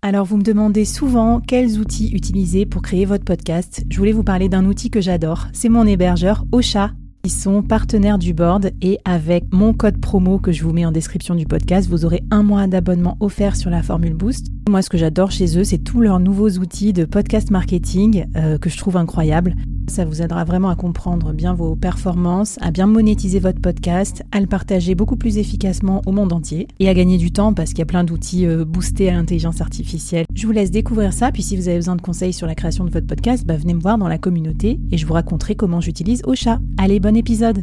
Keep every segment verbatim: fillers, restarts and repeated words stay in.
Alors vous me demandez souvent quels outils utiliser pour créer votre podcast. Je voulais vous parler d'un outil que j'adore, c'est mon hébergeur Ocha. Ils sont partenaires du board et avec mon code promo que je vous mets en description du podcast, vous aurez un mois d'abonnement offert sur la formule Boost. Moi, ce que j'adore chez eux, c'est tous leurs nouveaux outils de podcast marketing euh, que je trouve incroyables. Ça vous aidera vraiment à comprendre bien vos performances, à bien monétiser votre podcast, à le partager beaucoup plus efficacement au monde entier et à gagner du temps parce qu'il y a plein d'outils euh, boostés à l'intelligence artificielle. Je vous laisse découvrir ça, puis si vous avez besoin de conseils sur la création de votre podcast, bah venez me voir dans la communauté et je vous raconterai comment j'utilise Ocha. Allez, bon épisode!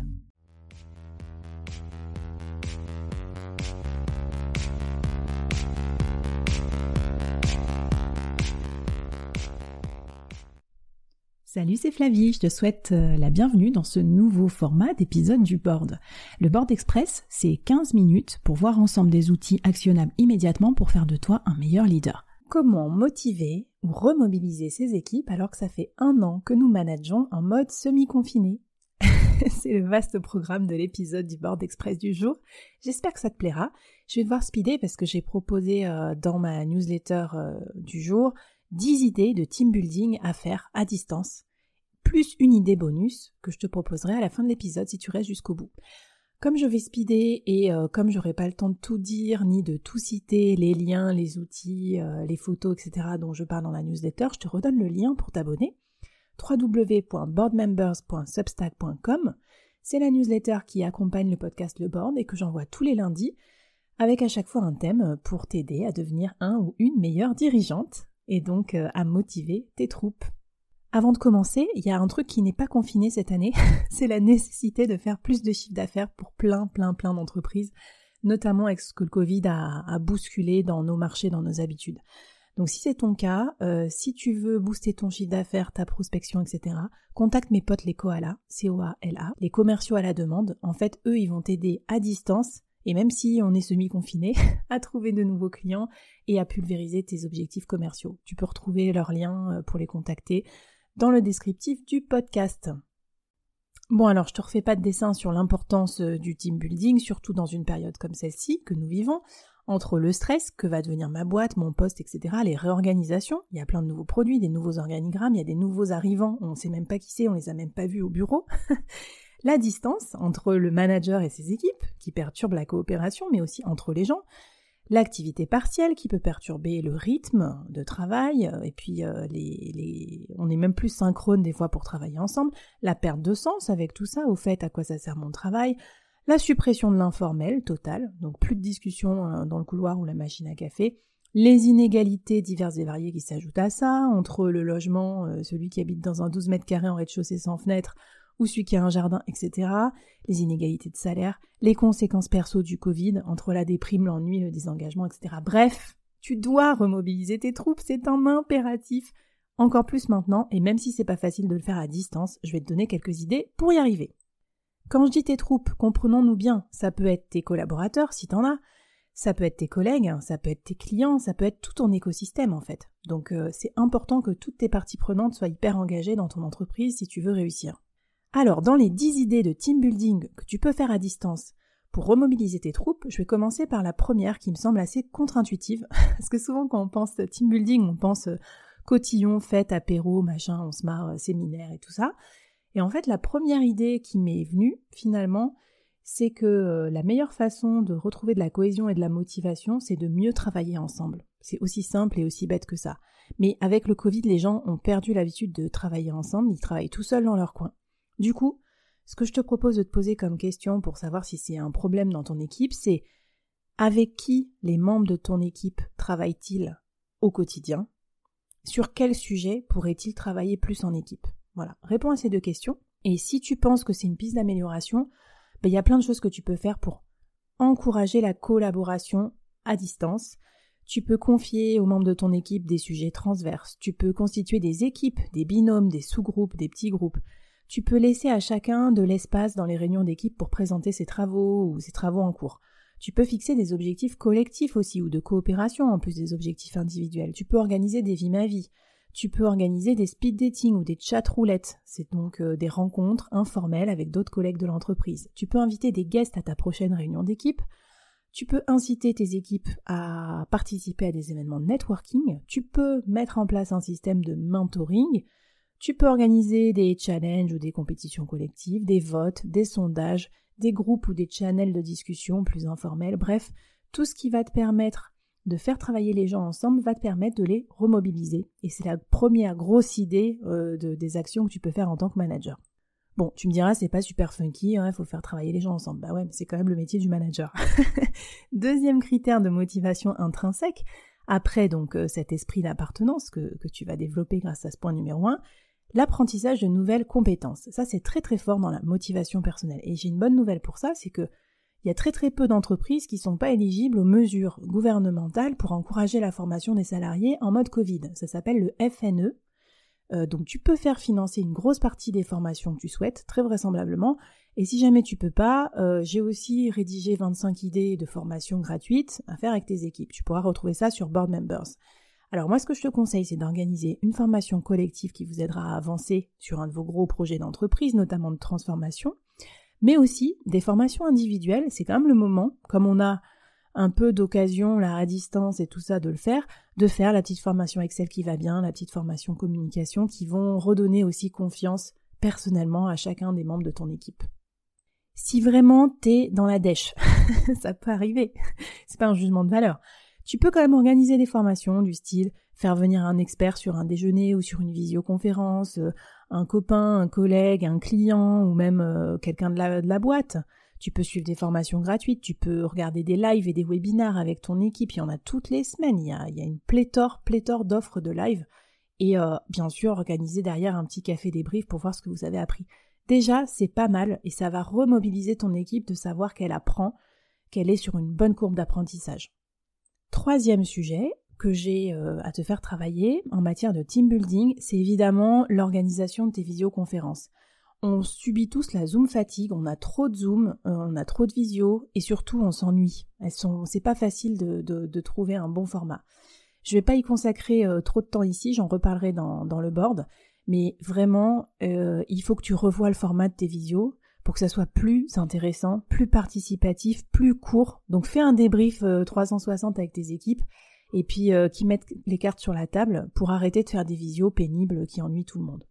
Salut, c'est Flavie, je te souhaite la bienvenue dans ce nouveau format d'épisode du Board. Le Board Express, c'est quinze minutes pour voir ensemble des outils actionnables immédiatement pour faire de toi un meilleur leader. Comment motiver ou remobiliser ses équipes alors que ça fait un an que nous manageons en mode semi-confiné? C'est le vaste programme de l'épisode du Board Express du jour. J'espère que ça te plaira. Je vais devoir speeder parce que j'ai proposé euh, dans ma newsletter euh, du jour dix idées de team building à faire à distance, plus une idée bonus que je te proposerai à la fin de l'épisode si tu restes jusqu'au bout. Comme je vais speeder et euh, comme j'aurai pas le temps de tout dire ni de tout citer, les liens, les outils, euh, les photos, et cetera dont je parle dans la newsletter, je te redonne le lien pour t'abonner. w w w point board members point substack point com. C'est la newsletter qui accompagne le podcast Le Board et que j'envoie tous les lundis avec à chaque fois un thème pour t'aider à devenir un ou une meilleure dirigeante et donc euh, à motiver tes troupes. Avant de commencer, il y a un truc qui n'est pas confiné cette année, c'est la nécessité de faire plus de chiffre d'affaires pour plein, plein, plein d'entreprises, notamment avec ce que le Covid a, a bousculé dans nos marchés, dans nos habitudes. Donc si c'est ton cas, euh, si tu veux booster ton chiffre d'affaires, ta prospection, et cetera, contacte mes potes les Koala, C O A L A, les commerciaux à la demande. En fait, eux, ils vont t'aider à distance, et même si on est semi-confiné, à trouver de nouveaux clients et à pulvériser tes objectifs commerciaux. Tu peux retrouver leurs liens pour les contacter dans le descriptif du podcast. Bon alors, je te refais pas de dessin sur l'importance du team building, surtout dans une période comme celle-ci que nous vivons, entre le stress, que va devenir ma boîte, mon poste, et cetera, les réorganisations, il y a plein de nouveaux produits, des nouveaux organigrammes, il y a des nouveaux arrivants, on ne sait même pas qui c'est, on les a même pas vus au bureau. La distance entre le manager et ses équipes, qui perturbe la coopération, mais aussi entre les gens. L'activité partielle, qui peut perturber le rythme de travail, et puis euh, les, les... on est même plus synchrone des fois pour travailler ensemble. La perte de sens avec tout ça, au fait, à quoi ça sert mon travail. La suppression de l'informel total, donc plus de discussion euh, dans le couloir ou la machine à café. Les inégalités diverses et variées qui s'ajoutent à ça, entre le logement, euh, celui qui habite dans un douze mètres carrés en rez-de-chaussée sans fenêtre, ou celui qui a un jardin, et cetera, les inégalités de salaire, les conséquences perso du Covid, entre la déprime, l'ennui, le désengagement, et cetera. Bref, tu dois remobiliser tes troupes, c'est un impératif, encore plus maintenant, et même si c'est pas facile de le faire à distance, je vais te donner quelques idées pour y arriver. Quand je dis tes troupes, comprenons-nous bien, ça peut être tes collaborateurs, si t'en as, ça peut être tes collègues, ça peut être tes clients, ça peut être tout ton écosystème en fait. Donc euh, c'est important que toutes tes parties prenantes soient hyper engagées dans ton entreprise si tu veux réussir. Alors, dans les dix idées de team building que tu peux faire à distance pour remobiliser tes troupes, je vais commencer par la première qui me semble assez contre-intuitive, parce que souvent quand on pense team building, on pense cotillon, fête, apéro, machin, on se marre, séminaire et tout ça. Et en fait, la première idée qui m'est venue, finalement, c'est que la meilleure façon de retrouver de la cohésion et de la motivation, c'est de mieux travailler ensemble. C'est aussi simple et aussi bête que ça. Mais avec le Covid, les gens ont perdu l'habitude de travailler ensemble, ils travaillent tout seuls dans leur coin. Du coup, ce que je te propose de te poser comme question pour savoir si c'est un problème dans ton équipe, c'est avec qui les membres de ton équipe travaillent-ils au quotidien? Sur quel sujet pourraient-ils travailler plus en équipe? Voilà, réponds à ces deux questions. Et si tu penses que c'est une piste d'amélioration, ben, il y a plein de choses que tu peux faire pour encourager la collaboration à distance. Tu peux confier aux membres de ton équipe des sujets transverses. Tu peux constituer des équipes, des binômes, des sous-groupes, des petits groupes. Tu peux laisser à chacun de l'espace dans les réunions d'équipe pour présenter ses travaux ou ses travaux en cours. Tu peux fixer des objectifs collectifs aussi ou de coopération en plus des objectifs individuels. Tu peux organiser des vies ma vie. Tu peux organiser des speed dating ou des chat roulettes. C'est donc euh, des rencontres informelles avec d'autres collègues de l'entreprise. Tu peux inviter des guests à ta prochaine réunion d'équipe. Tu peux inciter tes équipes à participer à des événements de networking, tu peux mettre en place un système de mentoring, tu peux organiser des challenges ou des compétitions collectives, des votes, des sondages, des groupes ou des channels de discussion plus informels, bref, tout ce qui va te permettre de faire travailler les gens ensemble va te permettre de les remobiliser. Et c'est la première grosse idée euh, de, des actions que tu peux faire en tant que manager. Bon, tu me diras, c'est pas super funky, il hein, faut faire travailler les gens ensemble. Bah ouais, mais c'est quand même le métier du manager. Deuxième critère de motivation intrinsèque, après donc euh, cet esprit d'appartenance que, que tu vas développer grâce à ce point numéro un, l'apprentissage de nouvelles compétences. Ça, c'est très très fort dans la motivation personnelle. Et j'ai une bonne nouvelle pour ça, c'est que il y a très très peu d'entreprises qui ne sont pas éligibles aux mesures gouvernementales pour encourager la formation des salariés en mode Covid. Ça s'appelle le F N E. Euh, donc tu peux faire financer une grosse partie des formations que tu souhaites, très vraisemblablement. Et si jamais tu peux pas, euh, j'ai aussi rédigé vingt-cinq idées de formation gratuites à faire avec tes équipes. Tu pourras retrouver ça sur Board Members. Alors moi, ce que je te conseille, c'est d'organiser une formation collective qui vous aidera à avancer sur un de vos gros projets d'entreprise, notamment de transformation, mais aussi des formations individuelles. C'est quand même le moment, comme on a un peu d'occasion là à distance et tout ça de le faire, de faire la petite formation Excel qui va bien, la petite formation communication qui vont redonner aussi confiance personnellement à chacun des membres de ton équipe. Si vraiment t'es dans la dèche, ça peut arriver, c'est pas un jugement de valeur. Tu peux quand même organiser des formations du style faire venir un expert sur un déjeuner ou sur une visioconférence, euh, un copain, un collègue, un client ou même euh, quelqu'un de la, de la boîte. Tu peux suivre des formations gratuites, tu peux regarder des lives et des webinars avec ton équipe, il y en a toutes les semaines, il y a, il y a une pléthore, pléthore d'offres de live et euh, bien sûr organiser derrière un petit café débrief pour voir ce que vous avez appris. Déjà, c'est pas mal et ça va remobiliser ton équipe de savoir qu'elle apprend, qu'elle est sur une bonne courbe d'apprentissage. Troisième sujet que j'ai euh, à te faire travailler en matière de team building, c'est évidemment l'organisation de tes visioconférences. On subit tous la Zoom fatigue, on a trop de Zoom, euh, on a trop de visio et surtout on s'ennuie. Elles sont, c'est pas facile de, de, de trouver un bon format. Je vais pas y consacrer euh, trop de temps ici, j'en reparlerai dans, dans le board, mais vraiment euh, il faut que tu revoies le format de tes visios pour que ça soit plus intéressant, plus participatif, plus court. Donc fais un débrief euh, trois cent soixante avec tes équipes et puis euh, qui mettent les cartes sur la table pour arrêter de faire des visios pénibles qui ennuient tout le monde.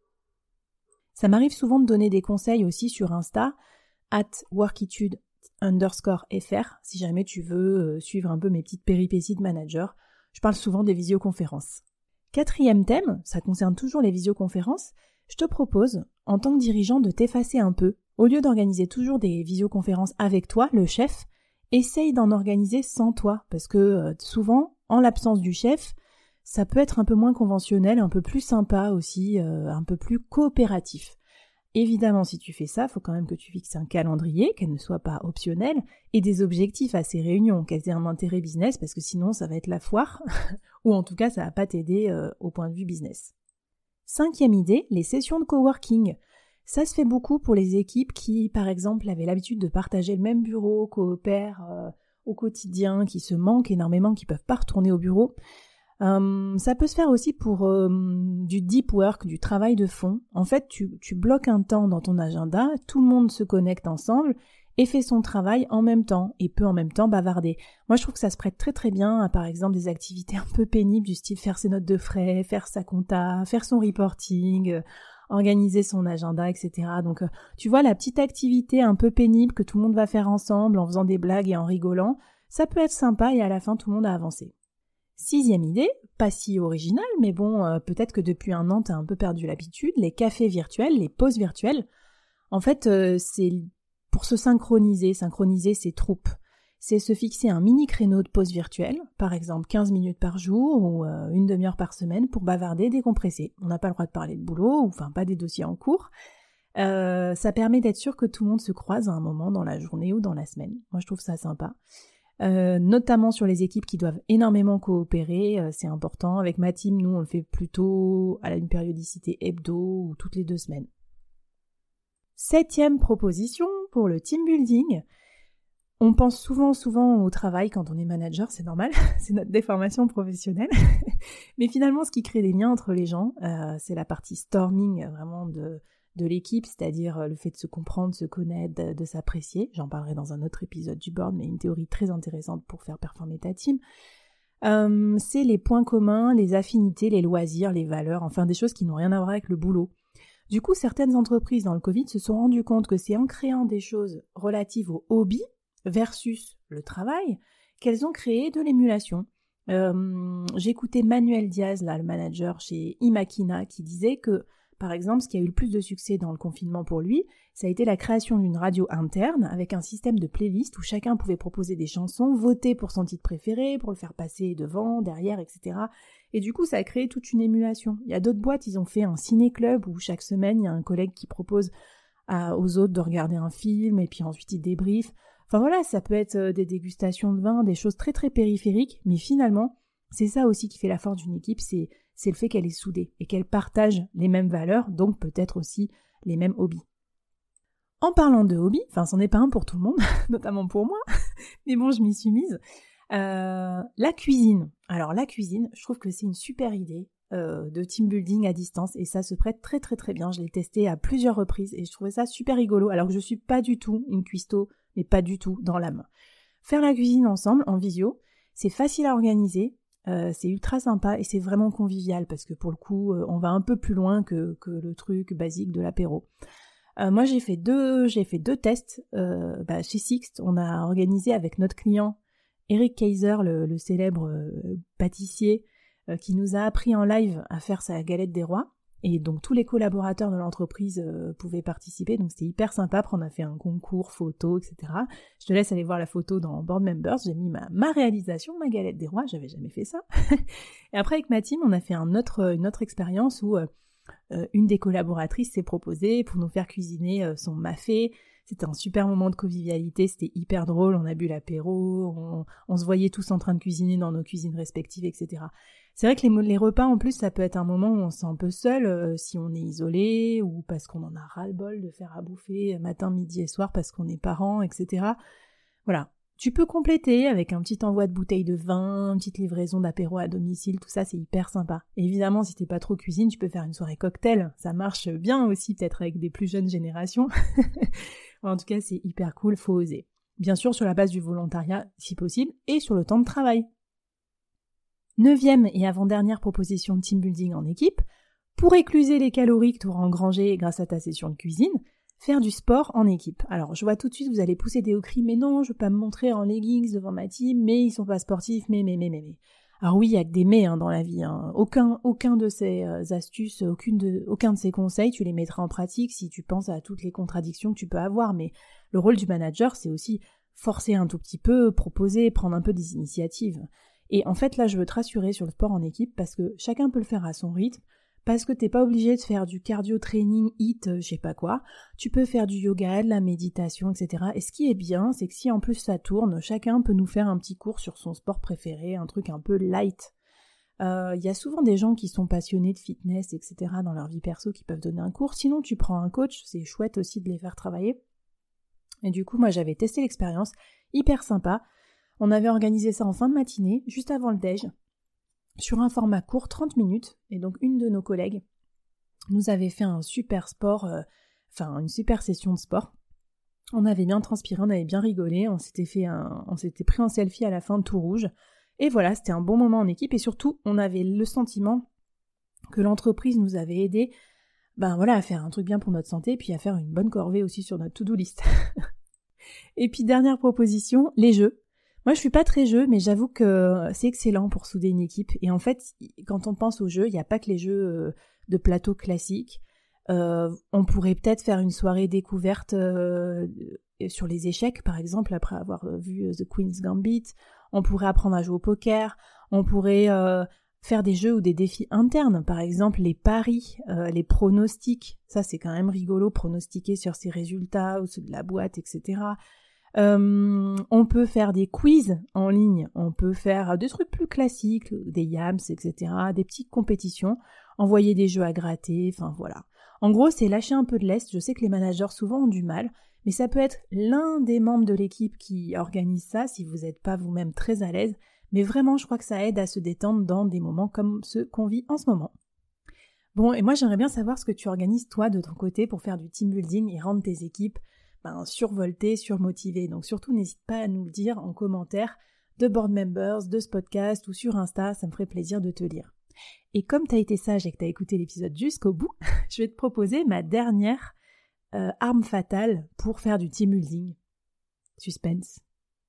Ça m'arrive souvent de donner des conseils aussi sur Insta, at workitude underscore fr, si jamais tu veux suivre un peu mes petites péripéties de manager. Je parle souvent des visioconférences. Quatrième thème, ça concerne toujours les visioconférences, je te propose, en tant que dirigeant, de t'effacer un peu. Au lieu d'organiser toujours des visioconférences avec toi, le chef, essaye d'en organiser sans toi, parce que euh, souvent, en l'absence du chef, ça peut être un peu moins conventionnel, un peu plus sympa aussi, euh, un peu plus coopératif. Évidemment, si tu fais ça, il faut quand même que tu fixes un calendrier, qu'elle ne soit pas optionnelle, et des objectifs à ces réunions, qu'elles aient un intérêt business, parce que sinon ça va être la foire, ou en tout cas ça va pas t'aider euh, au point de vue business. Cinquième idée, les sessions de coworking. Ça se fait beaucoup pour les équipes qui, par exemple, avaient l'habitude de partager le même bureau, coopèrent euh, au quotidien, qui se manquent énormément, qui peuvent pas retourner au bureau. Euh, ça peut se faire aussi pour euh, du deep work, du travail de fond. En fait, tu, tu bloques un temps dans ton agenda, tout le monde se connecte ensemble et fait son travail en même temps et peut en même temps bavarder. Moi, je trouve que ça se prête très très bien à, par exemple, des activités un peu pénibles du style faire ses notes de frais, faire sa compta, faire son reporting, euh, organiser son agenda, et cetera. Donc, euh, tu vois, la petite activité un peu pénible que tout le monde va faire ensemble en faisant des blagues et en rigolant, ça peut être sympa et à la fin, tout le monde a avancé. Sixième idée, pas si originale, mais bon, euh, peut-être que depuis un an, t'as un peu perdu l'habitude, les cafés virtuels, les pauses virtuelles. En fait, euh, c'est pour se synchroniser, synchroniser ses troupes. C'est se fixer un mini créneau de pause virtuelle, par exemple quinze minutes par jour ou euh, une demi-heure par semaine pour bavarder, décompresser. On n'a pas le droit de parler de boulot, ou enfin pas des dossiers en cours. Euh, ça permet d'être sûr que tout le monde se croise à un moment dans la journée ou dans la semaine. Moi, je trouve ça sympa. Euh, notamment sur les équipes qui doivent énormément coopérer, euh, c'est important. Avec ma team, nous, on le fait plutôt à une périodicité hebdo ou toutes les deux semaines. Septième proposition pour le team building. On pense souvent, souvent au travail quand on est manager, c'est normal, c'est notre déformation professionnelle. Mais finalement, ce qui crée des liens entre les gens, euh, c'est la partie storming vraiment de, de l'équipe, c'est-à-dire le fait de se comprendre, se connaître, de, de s'apprécier. J'en parlerai dans un autre épisode du board, mais une théorie très intéressante pour faire performer ta team. Euh, c'est les points communs, les affinités, les loisirs, les valeurs, enfin des choses qui n'ont rien à voir avec le boulot. Du coup, certaines entreprises dans le Covid se sont rendues compte que c'est en créant des choses relatives au hobby versus le travail qu'elles ont créé de l'émulation. Euh, j'écoutais Manuel Diaz, là, le manager chez Imakina, qui disait que, par exemple, ce qui a eu le plus de succès dans le confinement pour lui, ça a été la création d'une radio interne avec un système de playlist où chacun pouvait proposer des chansons, voter pour son titre préféré, pour le faire passer devant, derrière, et cetera. Et du coup, ça a créé toute une émulation. Il y a d'autres boîtes, ils ont fait un ciné-club où chaque semaine, il y a un collègue qui propose à, aux autres de regarder un film et puis ensuite ils débriefent. Enfin voilà, ça peut être des dégustations de vin, des choses très très périphériques, mais finalement, c'est ça aussi qui fait la force d'une équipe, c'est, c'est le fait qu'elle est soudée et qu'elle partage les mêmes valeurs, donc peut-être aussi les mêmes hobbies. En parlant de hobby, enfin c'en est pas un pour tout le monde, notamment pour moi, mais bon je m'y suis mise, euh, la cuisine. Alors la cuisine, je trouve que c'est une super idée euh, de team building à distance et ça se prête très très très bien, je l'ai testé à plusieurs reprises et je trouvais ça super rigolo alors que je suis pas du tout une cuisto, mais pas du tout dans l'âme. Faire la cuisine ensemble en visio, c'est facile à organiser, euh, c'est ultra sympa et c'est vraiment convivial parce que pour le coup euh, on va un peu plus loin que, que le truc basique de l'apéro. Euh, moi j'ai fait deux, j'ai fait deux tests euh, bah, chez Sixt. On a organisé avec notre client Eric Kaiser, le, le célèbre euh, pâtissier, euh, qui nous a appris en live à faire sa galette des rois. Et donc tous les collaborateurs de l'entreprise euh, pouvaient participer, donc c'était hyper sympa. Après on a fait un concours photo, et cetera. Je te laisse aller voir la photo dans Board Members. J'ai mis ma, ma réalisation, ma galette des rois. J'avais jamais fait ça. Et après avec ma team, on a fait un autre, une autre expérience où euh, Euh, une des collaboratrices s'est proposée pour nous faire cuisiner euh, son mafé. C'était un super moment de convivialité, c'était hyper drôle, on a bu l'apéro, on, on se voyait tous en train de cuisiner dans nos cuisines respectives, et cetera. C'est vrai que les, les repas, en plus, ça peut être un moment où on se sent un peu seul, euh, si on est isolé, ou parce qu'on en a ras-le-bol de faire à bouffer matin, midi et soir parce qu'on est parents, et cetera. Voilà. Tu peux compléter avec un petit envoi de bouteilles de vin, une petite livraison d'apéro à domicile, tout ça c'est hyper sympa. Et évidemment, si t'es pas trop cuisine, tu peux faire une soirée cocktail, ça marche bien aussi peut-être avec des plus jeunes générations. En tout cas, c'est hyper cool, faut oser. Bien sûr sur la base du volontariat, si possible, et sur le temps de travail. Neuvième et avant-dernière proposition de team building en équipe, pour écluser les calories que tu auras engrangées grâce à ta session de cuisine, faire du sport en équipe. Alors, je vois tout de suite, vous allez pousser des hauts cris, mais non, je veux pas me montrer en leggings devant ma team, mais ils sont pas sportifs, mais, mais, mais, mais, mais. Alors oui, il y a que des mais hein, dans la vie. Hein. Aucun, aucun de ces euh, astuces, aucune de, aucun de ces conseils, tu les mettras en pratique si tu penses à toutes les contradictions que tu peux avoir. Mais le rôle du manager, c'est aussi forcer un tout petit peu, proposer, prendre un peu des initiatives. Et en fait, là, je veux te rassurer sur le sport en équipe parce que chacun peut le faire à son rythme. Parce que t'es pas obligé de faire du cardio training, hit, je sais pas quoi. Tu peux faire du yoga, de la méditation, et cetera. Et ce qui est bien, c'est que si en plus ça tourne, chacun peut nous faire un petit cours sur son sport préféré, un truc un peu light. Il euh, y a souvent des gens qui sont passionnés de fitness, et cetera dans leur vie perso qui peuvent donner un cours. Sinon, tu prends un coach, c'est chouette aussi de les faire travailler. Et du coup, moi j'avais testé l'expérience, hyper sympa. On avait organisé ça en fin de matinée, juste avant le déj. Sur un format court, trente minutes, et donc une de nos collègues nous avait fait un super sport, euh, enfin une super session de sport. On avait bien transpiré, on avait bien rigolé, on s'était fait un, on s'était pris en selfie à la fin tout rouge, et voilà, c'était un bon moment en équipe, et surtout, on avait le sentiment que l'entreprise nous avait aidé, ben voilà, à faire un truc bien pour notre santé, puis à faire une bonne corvée aussi sur notre to-do list. Et puis dernière proposition, les jeux. Moi, je suis pas très jeu, mais j'avoue que c'est excellent pour souder une équipe. Et en fait, quand on pense aux jeux, il n'y a pas que les jeux de plateau classiques. Euh, on pourrait peut-être faire une soirée découverte euh, sur les échecs, par exemple, après avoir vu The Queen's Gambit. On pourrait apprendre à jouer au poker. On pourrait euh, faire des jeux ou des défis internes, par exemple les paris, euh, les pronostics. Ça, c'est quand même rigolo, pronostiquer sur ses résultats ou ceux de la boîte, et cetera. Euh, on peut faire des quiz en ligne, on peut faire des trucs plus classiques, des yams, et cetera, des petites compétitions, envoyer des jeux à gratter, enfin voilà. En gros, c'est lâcher un peu de lest. Je sais que les managers souvent ont du mal, mais ça peut être l'un des membres de l'équipe qui organise ça si vous n'êtes pas vous-même très à l'aise, mais vraiment, je crois que ça aide à se détendre dans des moments comme ceux qu'on vit en ce moment. Bon, et moi j'aimerais bien savoir ce que tu organises toi de ton côté pour faire du team building et rendre tes équipes ben, survoltées, surmotivées. Donc surtout n'hésite pas à nous le dire en commentaire de Board Members, de ce podcast ou sur Insta, ça me ferait plaisir de te lire. Et comme tu as été sage et que tu as écouté l'épisode jusqu'au bout, je vais te proposer ma dernière euh, arme fatale pour faire du team building. Suspense.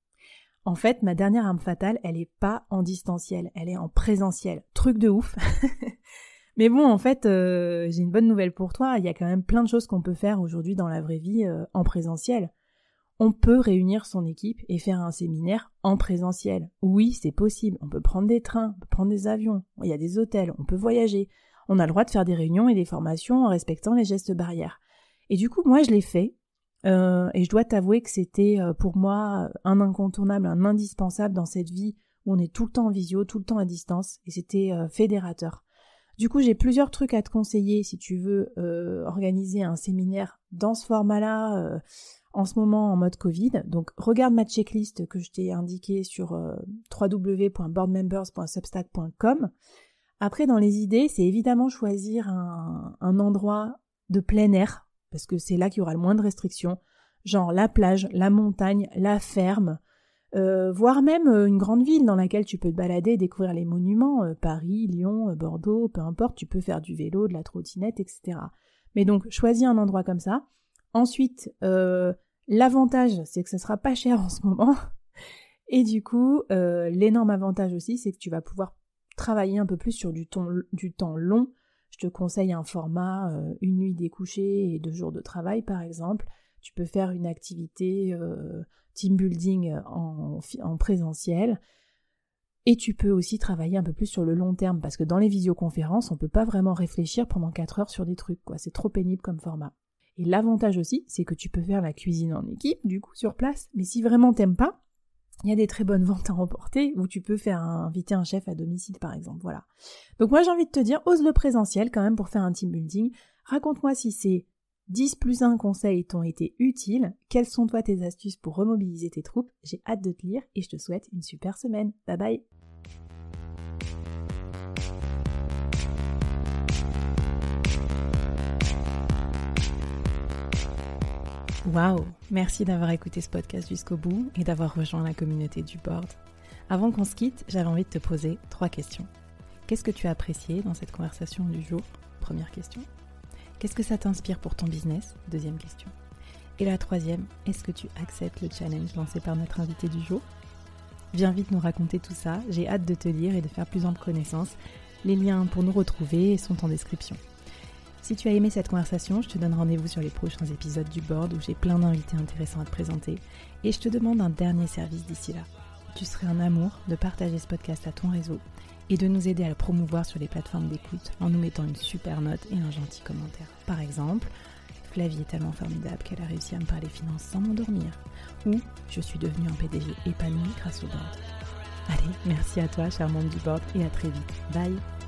En fait, ma dernière arme fatale, elle est pas en distanciel, elle est en présentiel. Truc de ouf. Mais bon, en fait, euh, j'ai une bonne nouvelle pour toi. Il y a quand même plein de choses qu'on peut faire aujourd'hui dans la vraie vie euh, en présentiel. On peut réunir son équipe et faire un séminaire en présentiel. Oui, c'est possible. On peut prendre des trains, on peut prendre des avions. Il y a des hôtels, on peut voyager. On a le droit de faire des réunions et des formations en respectant les gestes barrières. Et du coup, moi, je l'ai fait. Euh, et je dois t'avouer que c'était euh, pour moi un incontournable, un indispensable dans cette vie où on est tout le temps en visio, tout le temps à distance. Et c'était euh, fédérateur. Du coup, j'ai plusieurs trucs à te conseiller si tu veux euh, organiser un séminaire dans ce format-là euh, en ce moment en mode Covid. Donc, regarde ma checklist que je t'ai indiquée sur euh, w w w point board members point substack point com. Après, dans les idées, c'est évidemment choisir un, un endroit de plein air, parce que c'est là qu'il y aura le moins de restrictions, genre la plage, la montagne, la ferme, Euh, voire même euh, une grande ville dans laquelle tu peux te balader et découvrir les monuments, euh, Paris, Lyon, euh, Bordeaux, peu importe, tu peux faire du vélo, de la trottinette, et cetera. Mais donc, choisis un endroit comme ça. Ensuite, euh, l'avantage, c'est que ce sera pas cher en ce moment. Et du coup, euh, l'énorme avantage aussi, c'est que tu vas pouvoir travailler un peu plus sur du, ton, du temps long. Je te conseille un format, euh, une nuit découchée et deux jours de travail, par exemple. Tu peux faire une activité... Euh, team building en, en présentiel, et tu peux aussi travailler un peu plus sur le long terme, parce que dans les visioconférences, on peut pas vraiment réfléchir pendant quatre heures sur des trucs, quoi. C'est trop pénible comme format. Et l'avantage aussi, c'est que tu peux faire la cuisine en équipe, du coup, sur place, mais si vraiment t'aimes pas, il y a des très bonnes ventes à remporter, où tu peux faire un, inviter un chef à domicile, par exemple, voilà. Donc moi, j'ai envie de te dire, ose le présentiel quand même pour faire un team building. Raconte-moi si c'est dix plus un conseils t'ont été utiles. Quelles sont toi tes astuces pour remobiliser tes troupes? J'ai hâte de te lire et je te souhaite une super semaine. Bye bye. Waouh! Merci d'avoir écouté ce podcast jusqu'au bout et d'avoir rejoint la communauté du board. Avant qu'on se quitte, j'avais envie de te poser trois questions. Qu'est-ce que tu as apprécié dans cette conversation du jour? Première question. Qu'est-ce que ça t'inspire pour ton business? Deuxième question. Et la troisième, est-ce que tu acceptes le challenge lancé par notre invité du jour? Viens vite nous raconter tout ça, j'ai hâte de te lire et de faire plus ample connaissance. Les liens pour nous retrouver sont en description. Si tu as aimé cette conversation, je te donne rendez-vous sur les prochains épisodes du board où j'ai plein d'invités intéressants à te présenter. Et je te demande un dernier service d'ici là. Tu serais un amour de partager ce podcast à ton réseau et de nous aider à le promouvoir sur les plateformes d'écoute en nous mettant une super note et un gentil commentaire. Par exemple, Flavie est tellement formidable qu'elle a réussi à me parler finances sans m'endormir. Ou je suis devenue un P D G épanoui grâce au board. Allez, merci à toi, chère membre du board, et à très vite. Bye!